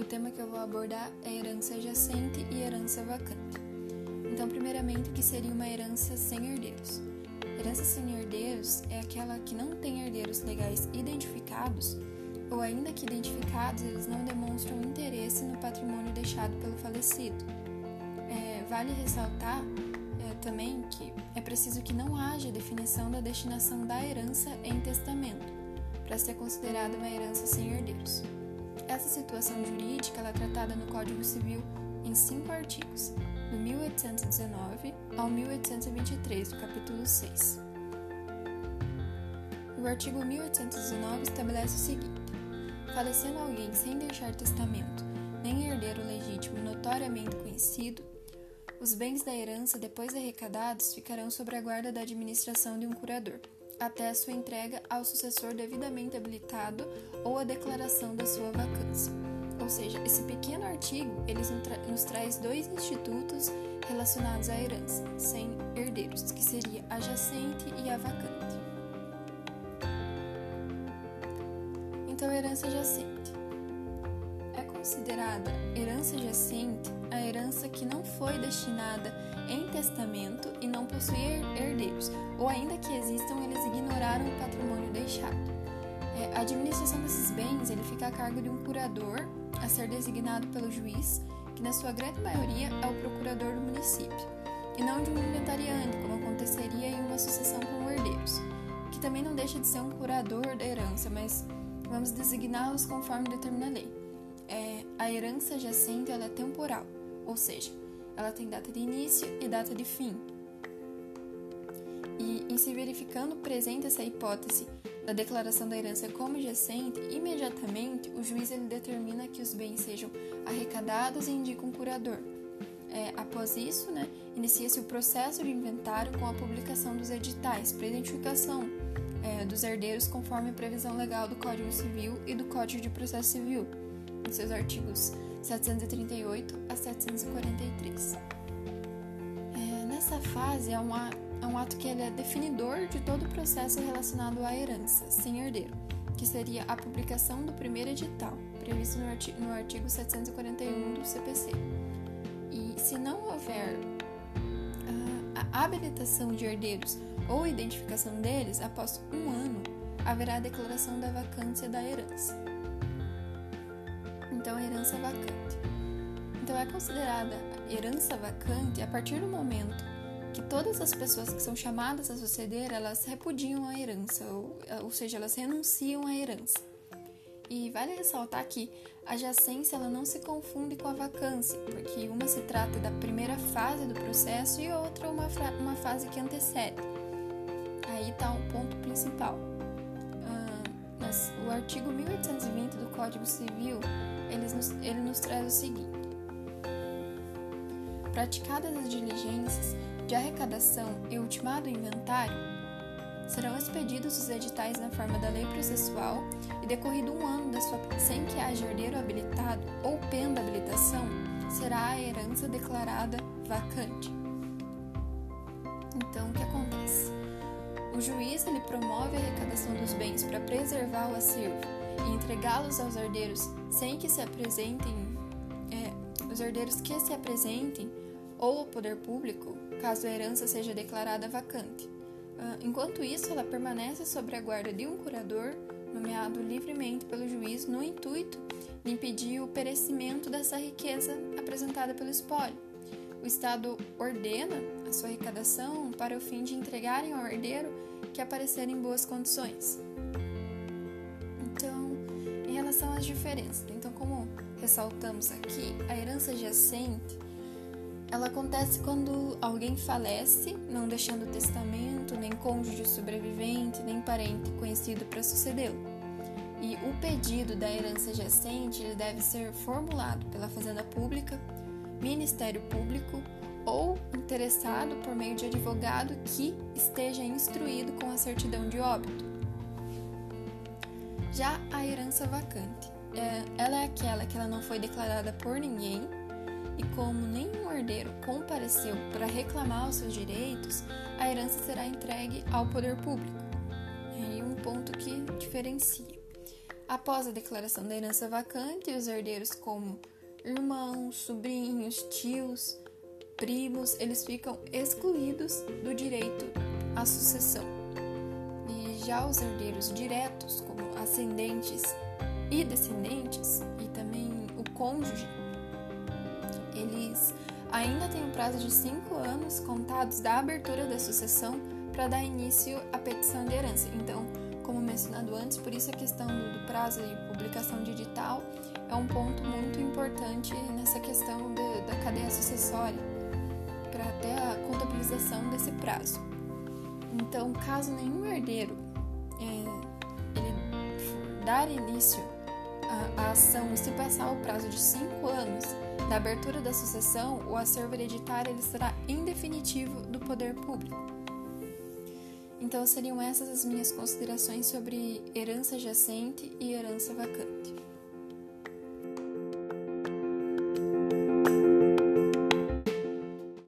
tema que eu vou abordar é herança jacente e herança vacante. Então, primeiramente, o que seria uma herança sem herdeiros? Herança sem herdeiros é aquela que não tem herdeiros legais identificados, ou ainda que identificados, eles não demonstram interesse no patrimônio deixado pelo falecido. Vale ressaltar também que é preciso que não haja definição da destinação da herança em testamento, para ser considerada uma herança sem herdeiros. Essa situação jurídica ela é tratada no Código Civil em 5 artigos, do 1819 ao 1823, do capítulo 6. O artigo 1819 estabelece o seguinte: falecendo alguém sem deixar testamento, nem herdeiro legítimo notoriamente conhecido, os bens da herança, depois arrecadados, ficarão sob a guarda da administração de um curador, até a sua entrega ao sucessor devidamente habilitado ou a declaração da sua vacância. Ou seja, esse pequeno artigo ele nos traz 2 institutos relacionados à herança sem herdeiros, que seria a jacente e a vacante. Então, herança jacente. É considerada herança jacente a herança que não foi destinada em testamento e não possui herdeiros, ou ainda que existam, eles ignoraram o patrimônio deixado. A administração desses bens ele fica a cargo de um curador a ser designado pelo juiz, que na sua grande maioria é o procurador do município, e não de um inventariante, como aconteceria em uma sucessão com herdeiros, que também não deixa de ser um curador da herança, mas vamos designá-los conforme determina a lei. A herança jacente ela é temporal, ou seja, ela tem data de início e data de fim. E em se verificando presente essa hipótese da declaração da herança como jacente, imediatamente o juiz ele determina que os bens sejam arrecadados e indica um curador. Após isso, inicia-se o processo de inventário com a publicação dos editais para identificação dos herdeiros conforme a previsão legal do Código Civil e do Código de Processo Civil, em seus artigos 738 a 743. Nessa fase é um ato que ele é definidor de todo o processo relacionado à herança sem herdeiro, que seria a publicação do primeiro edital, previsto no artigo 741 do CPC. E se não houver a habilitação de herdeiros ou identificação deles, após 1 ano, haverá a declaração da vacância da herança. Então, a herança vacante. Então, é considerada herança vacante a partir do momento que todas as pessoas que são chamadas a suceder, elas repudiam a herança, ou seja, elas renunciam à herança. E vale ressaltar que a jacência ela não se confunde com a vacância, porque uma se trata da primeira fase do processo e outra uma fase que antecede. Aí está o ponto principal. O artigo 1820 do Código Civil, ele nos traz o seguinte: praticadas as diligências de arrecadação e ultimado o inventário, serão expedidos os editais na forma da lei processual e decorrido 1 ano sem que haja herdeiro habilitado ou penda habilitação, será a herança declarada vacante. Então, o que acontece? O juiz ele promove a arrecadação dos bens para preservar o acervo e entregá-los aos herdeiros sem que se apresentem, os herdeiros que se apresentem ou ao poder público, caso a herança seja declarada vacante. Enquanto isso, ela permanece sob a guarda de um curador nomeado livremente pelo juiz no intuito de impedir o perecimento dessa riqueza apresentada pelo espólio. O Estado ordena a sua arrecadação para o fim de entregarem ao herdeiro que aparecer em boas condições. Então, em relação às diferenças, como ressaltamos aqui, a herança jacente ela acontece quando alguém falece, não deixando testamento, nem cônjuge sobrevivente, nem parente conhecido para sucedê-lo. E o pedido da herança jacente ele deve ser formulado pela Fazenda Pública, Ministério Público ou interessado por meio de advogado que esteja instruído com a certidão de óbito. Já a herança vacante, ela é aquela que ela não foi declarada por ninguém, e como nenhum herdeiro compareceu para reclamar os seus direitos, a herança será entregue ao poder público. É aí um ponto que diferencia. A Após a declaração da herança vacante, os herdeiros, como irmãos, sobrinhos, tios, primos, eles ficam excluídos do direito à sucessão. E já os herdeiros diretos, como ascendentes e descendentes, e também o cônjuge, eles ainda têm um prazo de 5 anos contados da abertura da sucessão para dar início à petição de herança. Então, como mencionado antes, por isso a questão do prazo e publicação de edital é um ponto muito importante nessa questão da cadeia sucessória, para até a contabilização desse prazo. Então, caso nenhum herdeiro ele dar início à ação e se passar o prazo de 5 anos da abertura da sucessão, o acervo hereditário ele será indefinitivo do poder público. Então, seriam essas as minhas considerações sobre herança jacente e herança vacante.